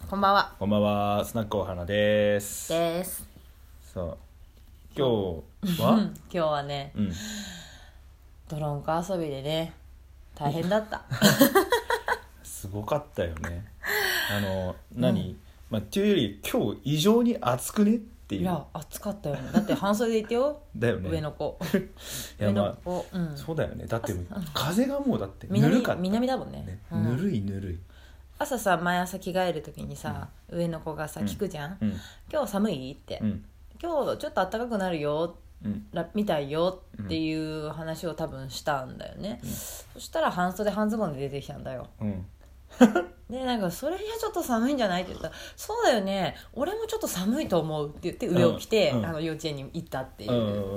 こんばんは。 こんばんは、スナックお花です。そう今日は今日はね、ドロンコ遊びでね大変だったすごかったよね。っていうより今日異常に暑くねっていう。 いや暑かったよね。だって半袖でいてよだよね、 上の子いや、 上の子、 そうだよね。だって風がもうだってぬるかった。 南だもんね、 ぬるいぬるい。 朝さ、毎朝着替える時にさ、上の子がさ聞くじゃん、今日寒いって、今日ちょっと暖かくなるよ、みたいよっていう話を多分したんだよね、そしたら半袖半ズボンで出てきたんだよ、でなんかそれじゃちょっと寒いんじゃないって言ったら、そうだよね、俺もちょっと寒いと思うって言って上を着て、幼稚園に行ったっていう、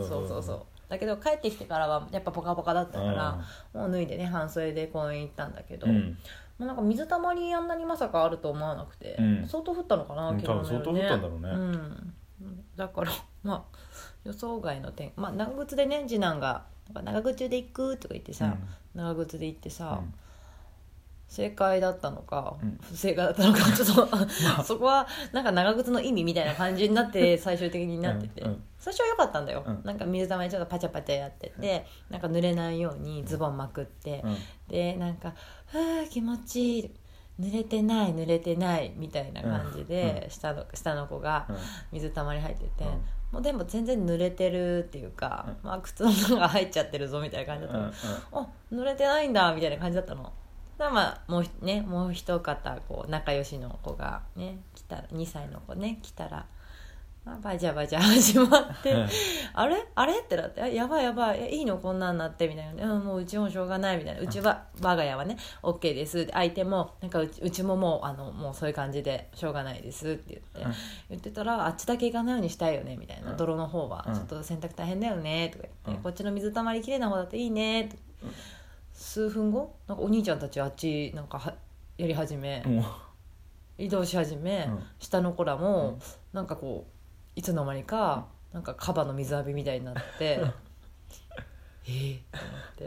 そうだけど帰ってきてからはやっぱポカポカだったから、もう脱いでね半袖で公園行ったんだけど、もうなんか水たまりあんなにまさかあると思わなくて、相当降ったのかな、 多分相当降ったんだろうね、 だから予想外の点、長靴でね、次男が長靴で行くとか言ってさ、長靴で行ってさ、正解だったのか、不正解だったのかちょっとそこはなんか長靴の意味みたいな感じになって最終的になってて、最初は良かったんだよ、なんか水たまりちょっとパチャパチャやってて、なんか濡れないようにズボンまくって、でなんかふー気持ちいい、濡れてないみたいな感じで、下の子が水たまり入ってて、もうでも全然濡れてるっていうか、靴の中が入っちゃってるぞみたいな感じだったの、濡れてないんだみたいな感じだったの。もう一方こう仲良しの子がね来たら、2歳の子ね来たら、バジャバジャ始まってあれってなって、やばいいいのこんなんなってみたいな、もううちもしょうがないみたいな、うちは我が家はね OK です相手もなんかうちももうそういう感じでしょうがないですって言ってたら、あっちだけ行かないようにしたいよねみたいな、泥の方はちょっと洗濯大変だよねとか言って、こっちの水たまりきれいな方だといいねと、数分後なんかお兄ちゃんたちあっちなんかやり始め、移動し始め、下の子らもなんかこういつの間にかなんかカバの水浴びみたいになってって思って、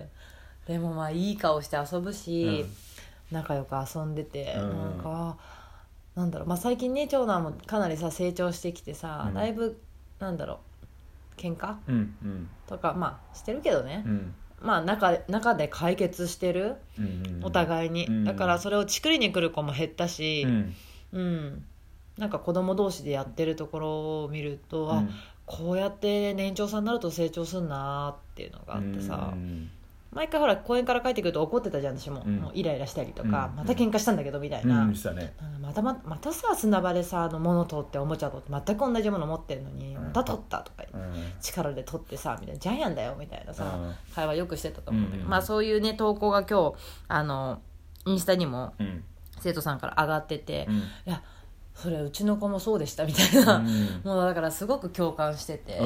でもいい顔して遊ぶし、仲良く遊んでて、なんかなんだろう、最近ね長男もかなりさ成長してきてさ、だいぶなんだろう喧嘩、とかしてるけどね、中で解決してる、お互いに、だからそれをチクりに来る子も減ったし、なんか子供同士でやってるところを見ると、こうやって年長さんになると成長するなっていうのがあってさ、毎回ほら公園から帰ってくると怒ってたじゃん私も、もうイライラしたりとか、また喧嘩したんだけどみたいな、またさ砂場でさ物取っておもちゃ取って全く同じもの持ってるのに、また取ったとか、力で取ってさみたいな、ジャイアンだよみたいなさ、会話よくしてたと思うんだけど、そういうね投稿が今日インスタにも生徒さんから上がってて、いやそれうちの子もそうでしたみたいな、もうだからすごく共感してて、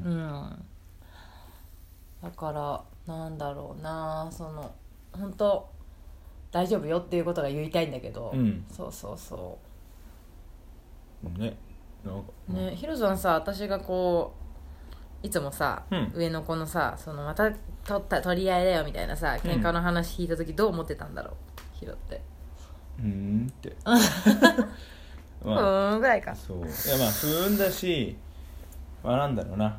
だからなんだろうな、本当大丈夫よっていうことが言いたいんだけど、そうね、ヒロさんさ、私がこういつもさ、上の子のさまた取り合いだよみたいなさ喧嘩の話聞いた時どう思ってたんだろう、ヒロって。 ってふーんぐらいか。 そういやふーんだし、なんだろうな、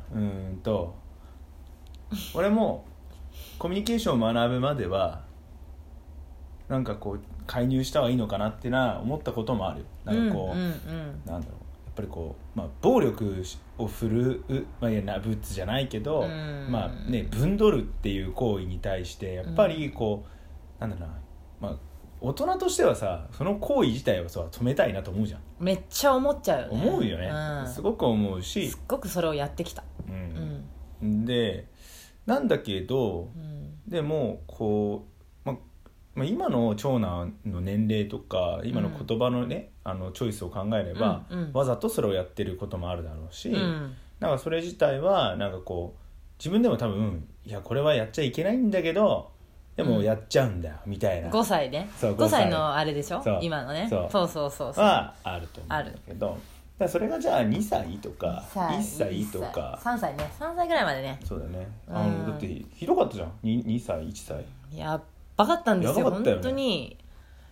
俺もコミュニケーションを学ぶまではなんかこう介入した方がいいのかなって思ったこともある。なんかこう、なんだろう、やっぱりこう、暴力を振るう、いやなブッツじゃないけど、ぶんどるっていう行為に対してやっぱりこう、なんだろうな、大人としてはさその行為自体をさ止めたいなと思うじゃん。 めっちゃ思っちゃうよね。 思うよね、すごく思うし、 すっごくそれをやってきた、 でなんだけど、でもこう、今の長男の年齢とか今の言葉のね、チョイスを考えれば、わざとそれをやってることもあるだろうし、なんかそれ自体はなんかこう自分でも多分いやこれはやっちゃいけないんだけどでもやっちゃうんだよみたいな、 5歳ね、5歳のあれでしょ今のね、そうはあると思うんだけど、だそれがじゃあ2歳とか1歳とか 3歳ね、3歳ぐらいまでね。 そうだね、だってひどかったじゃん 2歳1歳やばかったんですよ、 やばかったよね、 本当に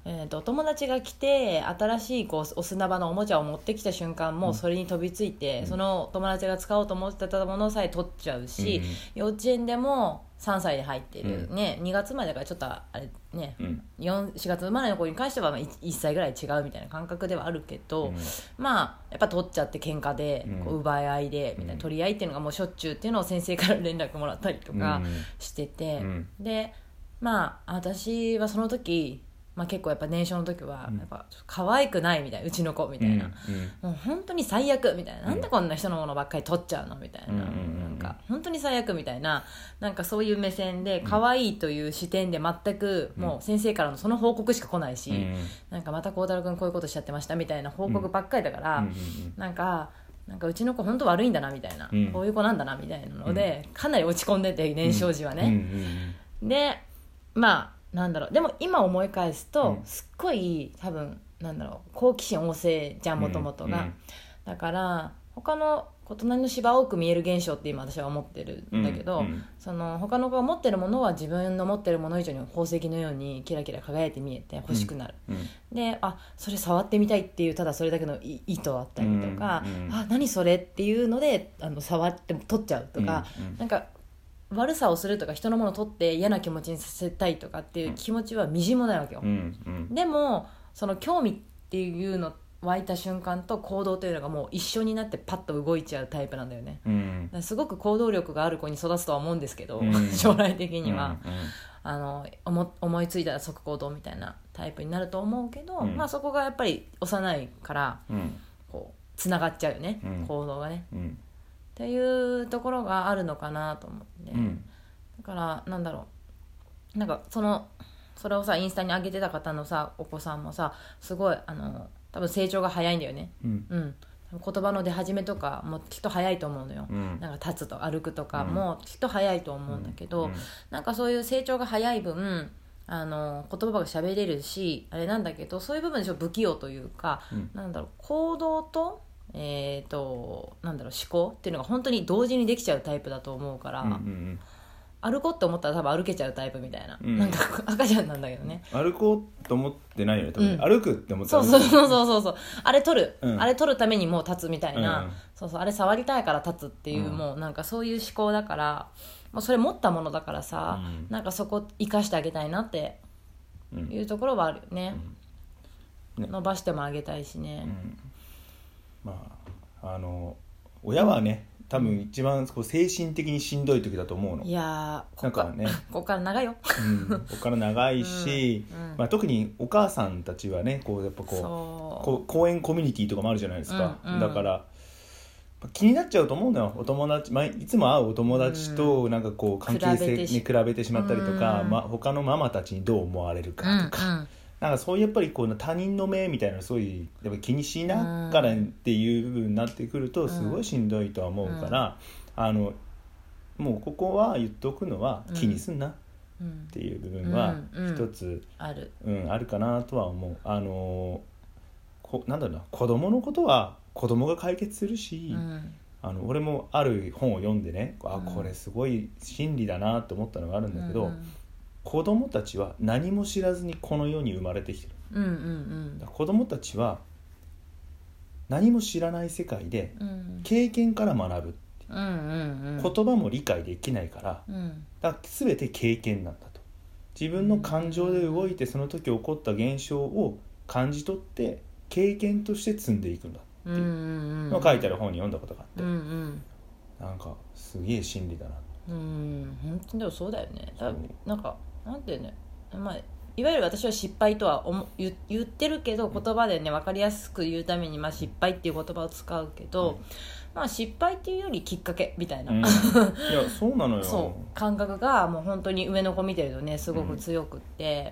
お友達が来て新しいこうお砂場のおもちゃを持ってきた瞬間もうそれに飛びついて、その友達が使おうと思ってたものさえ取っちゃうし、幼稚園でも3歳で入ってる、ね、2月までだからちょっとあれね、4月生まれの子に関しては1歳ぐらい違うみたいな感覚ではあるけど、まあやっぱ取っちゃって喧嘩でこう奪い合いでみたいな、取り合いっていうのがもうしょっちゅうっていうのを先生から連絡もらったりとかしてて、でまあ私はその時、まあ、結構やっぱ年少の時はやっぱ可愛くないみたいな、うちの子みたいな、もう本当に最悪みたいな、なんでこんな人のものばっかり取っちゃうのみたいな、なんか本当に最悪みたいな、なんかそういう目線で可愛いという視点で全くもう先生からのその報告しか来ないし、なんかまた孝太郎君こういうことしちゃってましたみたいな報告ばっかりだから、なんかうちの子本当悪いんだなみたいな、こういう子なんだなみたいなのでかなり落ち込んでて、年少時はね、でまあなんだろう、でも今思い返すと、すっごい多分なんだろう、好奇心旺盛じゃんもともとが、だから他の隣の芝多く見える現象って今私は思ってるんだけど、その他の子が持ってるものは自分の持ってるもの以上に宝石のようにキラキラ輝いて見えて欲しくなる、でそれ触ってみたいっていう、ただそれだけの意図あったりとか、何それっていうので触って取っちゃうとか、なんか悪さをするとか人のものを取って嫌な気持ちにさせたいとかっていう気持ちはみじもないわけよ、でもその興味っていうの湧いた瞬間と行動というのがもう一緒になってパッと動いちゃうタイプなんだよね、すごく行動力がある子に育つとは思うんですけど、将来的には、思いついたら即行動みたいなタイプになると思うけど、まあそこがやっぱり幼いからこうつながっちゃうよね、行動がね、っていうところがあるのかなと思って、だからなんだろう、なんかそれをさインスタに上げてた方のさお子さんもさすごい多分成長が早いんだよね、言葉の出始めとかもきっと早いと思うのよ、なんか立つと歩くとかもきっと早いと思うんだけど、なんかそういう成長が早い分言葉が喋れるしあれなんだけど、そういう部分で不器用というか、なんだろう、行動となんだろう思考っていうのが本当に同時にできちゃうタイプだと思うから、歩こうって思ったら多分歩けちゃうタイプみたいな、なんか赤ちゃんなんだけどね、 歩こうと思ってないよね多分、歩くって思ったらそうあれ取る、あれ取るためにもう立つみたいな、あれ触りたいから立つっていう、もうなんかそういう思考だから、もうそれ持ったものだからさ、なんかそこ生かしてあげたいなっていうところはあるよね、伸ばしてもあげたいしね、 まあ親はね多分一番こう精神的にしんどい時だと思うの。 いやーなんかねここから長いよ、 ここから長いし、まあ、特にお母さんたちはねこうやっぱこう公園コミュニティとかもあるじゃないですか、だから気になっちゃうと思うのよ、お友達、いつも会うお友達となんかこう関係性に比べてしまったりとか、他のママたちにどう思われるかとか、なんかそういうやっぱりこう他人の目みたいなのそういうやっぱ気にしながらっていう部分になってくるとすごいしんどいとは思うから、もうここは言っておくのは気にすんなっていう部分は一つあるかなとは思う。なんだろうな、子供のことは子供が解決するし、俺もある本を読んでね、これすごい真理だなと思ったのがあるんだけど、子供たちは何も知らずにこの世に生まれてきてる、子供たちは何も知らない世界で経験から学ぶ、言葉も理解できないから、だから全て経験なんだと、自分の感情で動いてその時起こった現象を感じ取って経験として積んでいくんだっていうのを書いてある本に読んだことがあって、なんかすげえ真理だな。 本当にでもそうだよね。なんかなんていうね、いわゆる私は失敗とは言ってるけど、言葉でね分かりやすく言うために、失敗っていう言葉を使うけど、失敗っていうよりきっかけみたいな、いやそうなのよ、 そう感覚がもう本当に上の子見てるとねすごく強くって、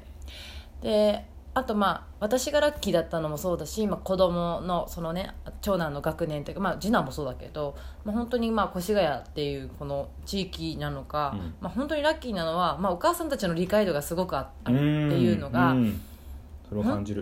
であと私がラッキーだったのもそうだし、子供のそのね長男の学年というか、次男もそうだけど、本当に越谷っていうこの地域なのか、本当にラッキーなのは、お母さんたちの理解度がすごくあっていうのが、 それを感じる。 本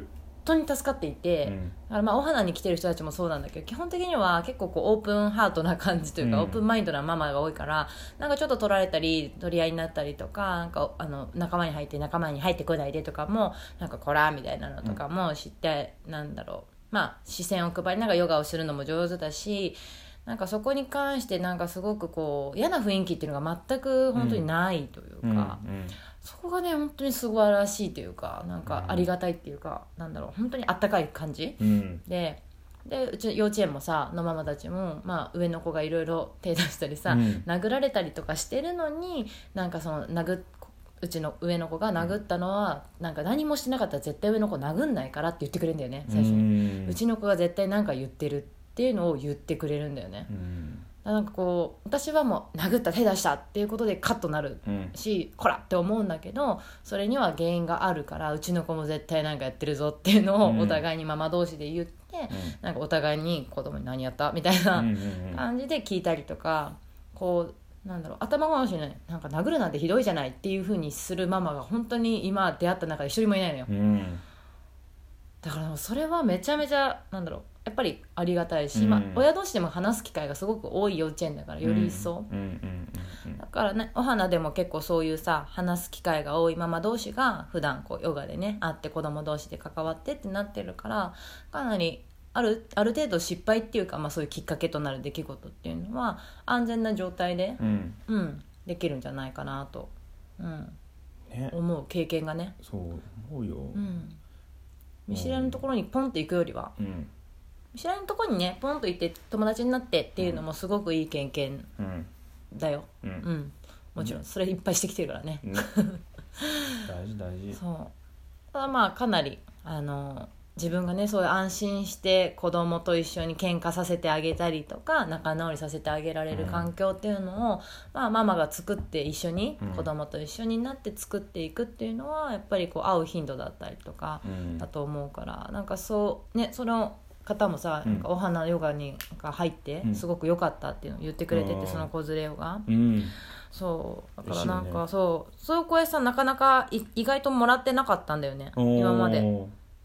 当に助かっていて、だからまあお花に来てる人たちもそうなんだけど、基本的には結構こうオープンハートな感じというか、オープンマインドなママが多いから、なんかちょっと取られたり取り合いになったりとか、なんか仲間に入ってこないでとかも、なんかこらみたいなのとかも知って、なんだろう、まあ視線を配りながらヨガをするのも上手だし、なんかそこに関してなんかすごくこう嫌な雰囲気っていうのが全く本当にないというか、そこがね本当に素晴らしいというか、なんかありがたいっていうか、なんだろう、本当にあったかい感じ、でうちの幼稚園もさのママたちも、まあ、上の子がいろいろ手出したりさ、殴られたりとかしてるのに、なんかそのうちの上の子が殴ったのは、なんか何もしてなかったら絶対上の子殴んないからって言ってくれるんだよね、最初に。うちの子が絶対何か言ってるっていうのを言ってくれるんだよね。なんかこう私はもう殴った手出したっていうことでカッとなるし、こらって思うんだけど、それには原因があるから、うちの子も絶対なんかやってるぞっていうのをお互いにママ同士で言って、なんかお互いに子供に何やったみたいな感じで聞いたりとか、こうなんだろう、頭ごなしにね、なんか殴るなんてひどいじゃないっていう風にするママが本当に今出会った中で一人もいないのよ。だからそれはめちゃめちゃなんだろう、やっぱりありがたいし、まあ、親同士でも話す機会がすごく多い幼稚園だからより一層、だからね、お花でも結構そういうさ話す機会が多いママ同士が普段こうヨガでね会って子供同士で関わってってなってるから、かなりある程度失敗っていうか、まあ、そういうきっかけとなる出来事っていうのは安全な状態で、できるんじゃないかなと、思う経験がね。 そう思うよ、 見知らぬところにポンって行くよりは、見知らぬところにねポンと行って友達になってっていうのもすごくいい経験だよ、もちろんそれいっぱいしてきてるからね、 大事そうただまあかなり自分がねそういう安心して子供と一緒に喧嘩させてあげたりとか仲直りさせてあげられる環境っていうのを、まあ、ママが作って一緒に、子供と一緒になって作っていくっていうのはやっぱりこう会う頻度だったりとかだと思うから、なんかそうね、その方もさ、なんかお花ヨガに入ってすごく良かったっていうのを言ってくれてて、その子連れが、そうだからなんかそういう声さなかなか意外ともらってなかったんだよね今まで。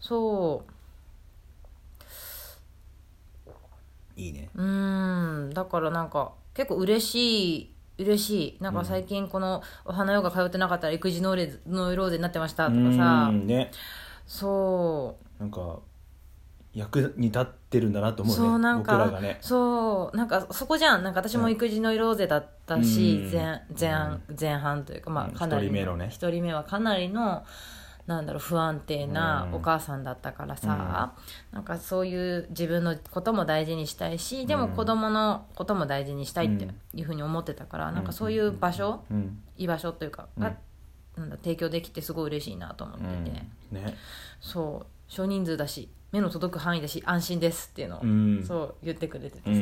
そういいね。 だからなんか結構嬉しい。なんか最近このお花ヨガ通ってなかったら育児ノイローゼになってましたとかさ、そうなんか役に立ってるんだなと思うね。そうなんか僕らがね、 そうなんかそこじゃん。なんか私も育児ノイローゼだったし、前半というか、まあかなり1人目はかなりのなんだろう不安定なお母さんだったからさ、なんかそういう自分のことも大事にしたいし、でも子供のことも大事にしたいっていうふうに思ってたから、なんかそういう場所、居場所というかが、なんだ提供できてすごい嬉しいなと思ってて、そう少人数だし目の届く範囲だし安心ですっていうのを、そう言ってくれててさ、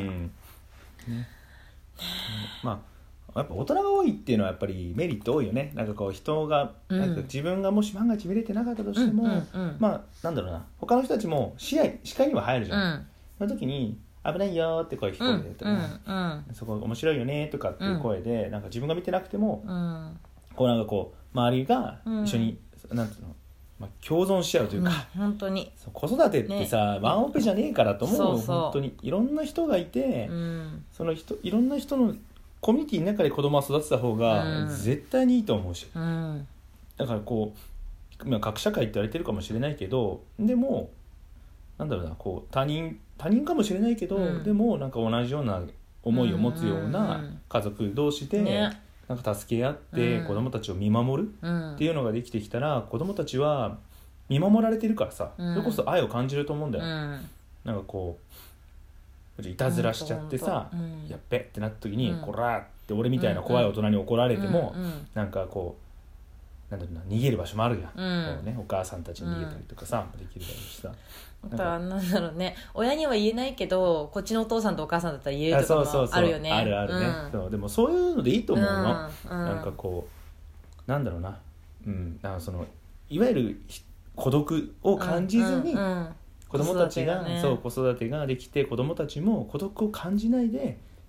まあやっぱ大人が多いっていうのはやっぱりメリット多いよね。なんかこう人が、なんか自分がもし万が一見れてなかったとしても、まあなんだろうな、他の人たちも視界には入るじゃん、その時に危ないよって声聞こえてとか、そこ面白いよねとかっていう声で、なんか自分が見てなくても、こうなんかこう周りが一緒に、なんていうの、まあ、共存し合うというか、 本当に子育てってさ、ワンオペじゃねえからと思うよ。本当にいろんな人がいて、そのいろんな人のコミュニティの中で子供は育てた方が絶対にいいと思うし、だからこう核社会って言われてるかもしれないけど、でもなんだろうな、こう他人かもしれないけど、でもなんか同じような思いを持つような家族同士で、なんか助け合って子供たちを見守るっていうのができてきたら、子供たちは見守られてるからさ、それこそ愛を感じると思うんだよ。なんかこういたずらしちゃってさ、やっべってなった時に、こらーって俺みたいな怖い大人に怒られても、なんかこうなんだろうな、逃げる場所もあるやん、こうね、お母さんたちに逃げたりとかさ、できるだろうしさ、 なんだろうね、親には言えないけどこっちのお父さんとお母さんだったら言えるとかもあるよね。 あるね、そうでもそういうのでいいと思うの、なんかこうなんだろうな、なんかそのいわゆる孤独を感じずに、子供たちが、子育てができて子供たちも孤独を感じないで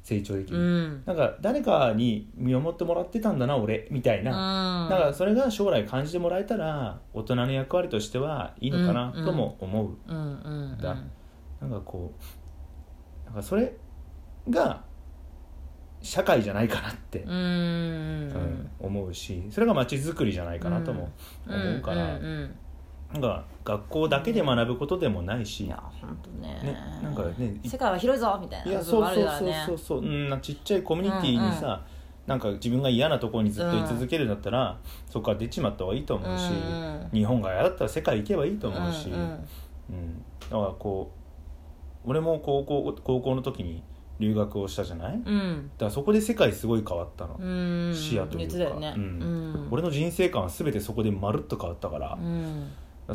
成長できる、 なんか誰かに見守ってもらってたんだな俺みたいな、だからそれが将来感じてもらえたら大人の役割としてはいいのかなとも思う、だなんかこうなんかそれが社会じゃないかなって思うし、それが街づくりじゃないかなとも思うから、なんか学校だけで学ぶことでもないし、 いや本当 ねなんかね世界は広いぞみたいな、 いやそう、ちっちゃいコミュニティにさ、なんか自分が嫌なところにずっと居続けるんだったら、そこから出ちまった方がいいと思うし、日本が嫌だったら世界行けばいいと思うし、だからこう俺も高校の時に留学をしたじゃない、だからそこで世界すごい変わったの、視野というか、俺の人生観は全てそこでまるっと変わったから、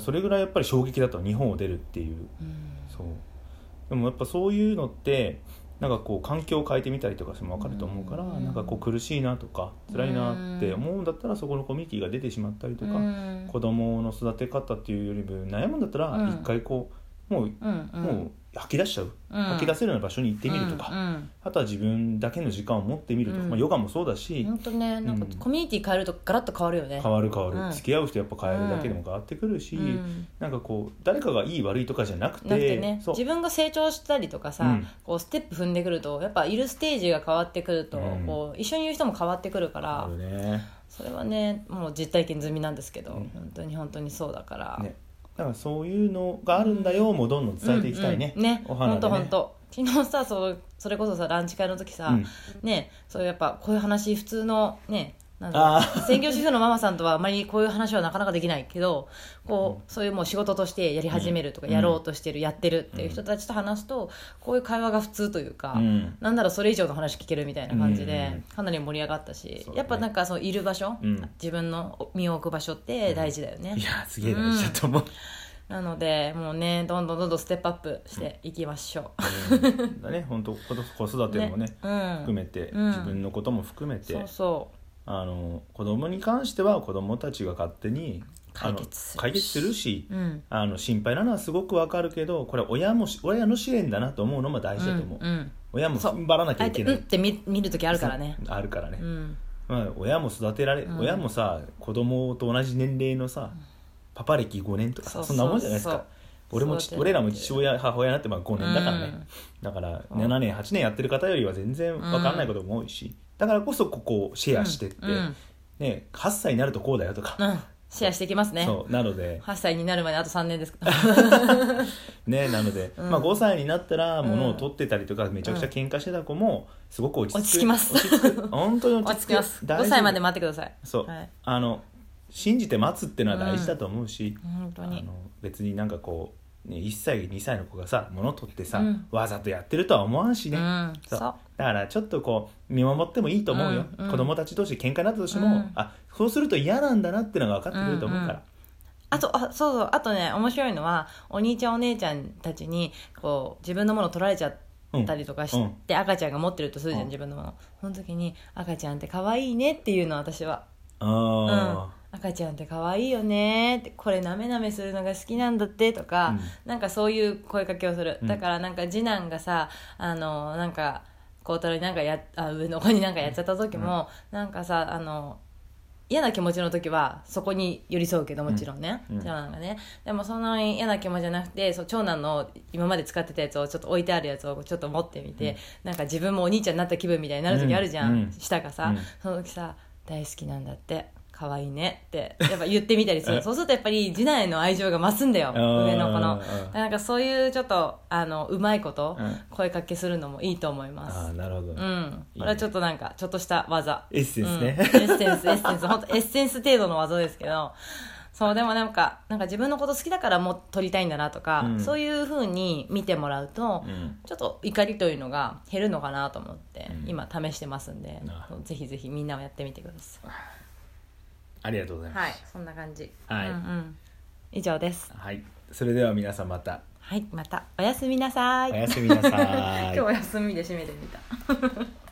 それぐらいやっぱり衝撃だったの、日本を出るっていう、そうでもやっぱそういうのってなんかこう環境を変えてみたりとかしても分かると思うから、なんかこう苦しいなとか辛いなって思うんだったら、そこのコミュニティが出てしまったりとか、子供の育て方っていうよりも悩むんだったら一回こうもう吐き出しちゃう、吐き出せるような場所に行ってみるとか、あとは自分だけの時間を持ってみるとか、ヨガもそうだし、 本当ね、なんかコミュニティ変えるとガラッと変わるよね。 変わる、付き合う人やっぱ変えるだけでも変わってくるし、なんかこう誰かがいい悪いとかじゃなくてね、自分が成長したりとかさ、こうステップ踏んでくるとやっぱいるステージが変わってくると、こう一緒にいる人も変わってくるから、それはねもう実体験済みなんですけど、本当にそうだから、 だからそういうのがあるんだよ、もうどんどん伝えていきたいね、お花でね。 本当昨日さ、それこそさランチ会の時さ、そういうやっぱこういう話普通のね、専業主婦のママさんとはあまりこういう話はなかなかできないけど、こうそういうもう仕事としてやり始めるとか、やろうとしてる、やってるっていう人たちと話すと、こういう会話が普通というか、なんならそれ以上の話聞けるみたいな感じで、かなり盛り上がったし、やっぱなんかそういる場所、自分の身を置く場所って大事だよね。 いやすげえ大事だと思う。 なのでもうねどんどんステップアップしていきましょう。だね、本当子育てもね含めて、自分のことも含めて、子供に関しては子供たちが勝手に解決するし、心配なのはすごくわかるけど、これ親の試練だなと思うのも大事だと思う。親も踏ん張らなきゃいけない。 って見るときあるからね。 あるからね。親も育てられ、親もさ子供と同じ年齢のさ、パパ歴5年とかそんなもんじゃないですか。俺らも父親母親になって5年だからね、だから7年8年やってる方よりは全然分かんないことも多いし、だからこそここをシェアしてって、8歳になるとこうだよとか、 シェアしていきますね。 そうなので 8歳になるまであと3年ですけどね、なので、5歳になったら物を取ってたりとか、めちゃくちゃ喧嘩してた子もすごく落ち着きます。本当に落ち着きます。 5歳まで待ってください。 そう、信じて待つっていうのは大事だと思うし、 本当に別になんかこう、1歳2歳の子がさ物取ってさ、わざとやってるとは思わんしね、そうだからちょっとこう見守ってもいいと思うよ、子供たち同士喧嘩になったとしても、そうすると嫌なんだなっていうのが分かってくると思うから、 あとね面白いのは、お兄ちゃんお姉ちゃんたちにこう自分のもの取られちゃったりとかして、赤ちゃんが持ってるとするじゃん、自分のもの。その時に赤ちゃんって可愛いねっていうの、私は赤ちゃんって可愛いよねって、これなめなめするのが好きなんだってとか、なんかそういう声かけをする。だからなんか次男がさ、なんか孝太郎になんか上の子になんかやっちゃった時も、なんかさ嫌な気持ちの時はそこに寄り添うけど、もちろんね、長男がね。でもその嫌な気持ちじゃなくて、長男の今まで使ってたやつをちょっと置いてあるやつをちょっと持ってみて、なんか自分もお兄ちゃんになった気分みたいになる時あるじゃん、舌がさ、その時さ大好きなんだって可愛いねってやっぱ言ってみたりするそうするとやっぱり次男への愛情が増すんだよ、上の子の。なんかそういうちょっとうまいこと声かけするのもいいと思います。 なるほど、 これはちょっとなんかちょっとした技、 エッセンスね、 エッセンス本当エッセンス程度の技ですけど、そうでもなんか自分のこと好きだからもう撮りたいんだなとか、そういう風に見てもらうと、ちょっと怒りというのが減るのかなと思って、今試してますんで、ぜひぜひみんなもやってみてください。 ありがとうございます。 はい、そんな感じ。 はい、 以上です。 はい、それでは皆さんまた。 はい、またおやすみなさい。 おやすみなさい。 今日お休みで締めてみた。